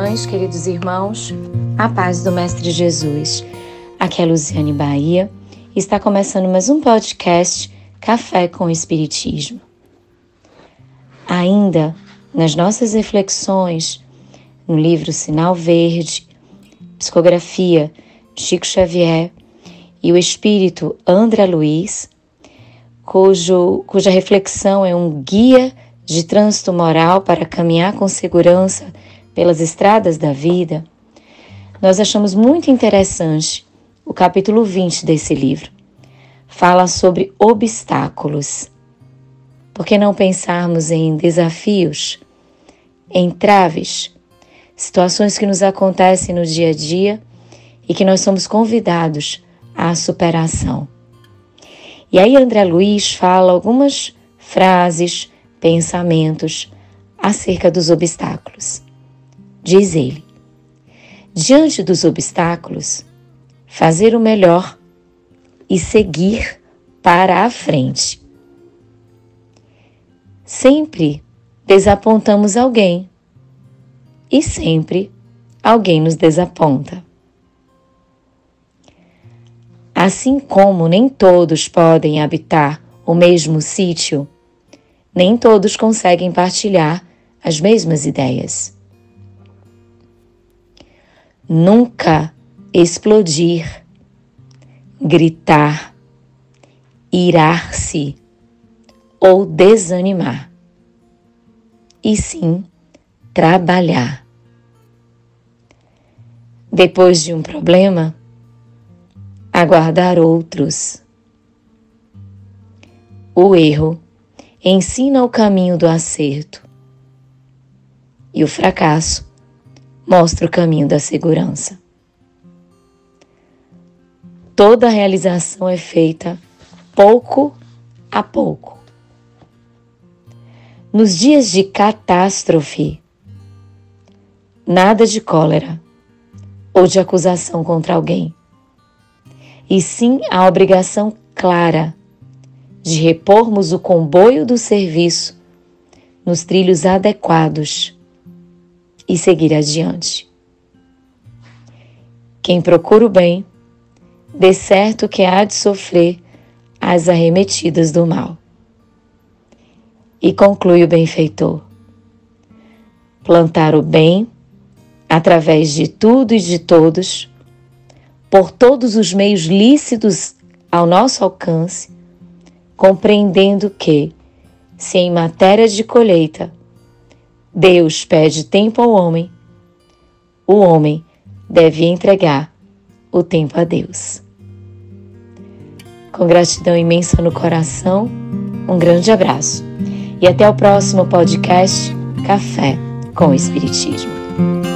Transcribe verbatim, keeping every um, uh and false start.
Saudações, queridos irmãos, a paz do Mestre Jesus. Aqui é Luziane Bahia e está começando mais um podcast Café com o Espiritismo. Ainda nas nossas reflexões no livro Sinal Verde, Psicografia de Chico Xavier e o Espírito André Luiz, cujo, cuja reflexão é um guia de trânsito moral para caminhar com segurança pelas estradas da vida, nós achamos muito interessante o capítulo vinte desse livro. Fala sobre obstáculos. Por que não pensarmos em desafios, em traves, situações que nos acontecem no dia a dia e que nós somos convidados à superação? E aí André Luiz fala algumas frases, pensamentos acerca dos obstáculos. Diz ele: diante dos obstáculos, fazer o melhor e seguir para a frente. Sempre desapontamos alguém e sempre alguém nos desaponta. Assim como nem todos podem habitar o mesmo sítio, nem todos conseguem partilhar as mesmas ideias. Nunca explodir, gritar, irar-se ou desanimar, e sim trabalhar. Depois de um problema, aguardar outros. O erro ensina o caminho do acerto e o fracasso mostra o caminho da segurança. Toda realização é feita pouco a pouco. Nos dias de catástrofe, nada de cólera ou de acusação contra alguém, e sim a obrigação clara de repormos o comboio do serviço nos trilhos adequados e seguir adiante. Quem procura o bem, de certo que há de sofrer as arremetidas do mal. E conclui o benfeitor: plantar o bem através de tudo e de todos, por todos os meios lícitos ao nosso alcance, compreendendo que, se em matéria de colheita Deus pede tempo ao homem, o homem deve entregar o tempo a Deus. Com gratidão imensa no coração, um grande abraço e até o próximo podcast Café com o Espiritismo.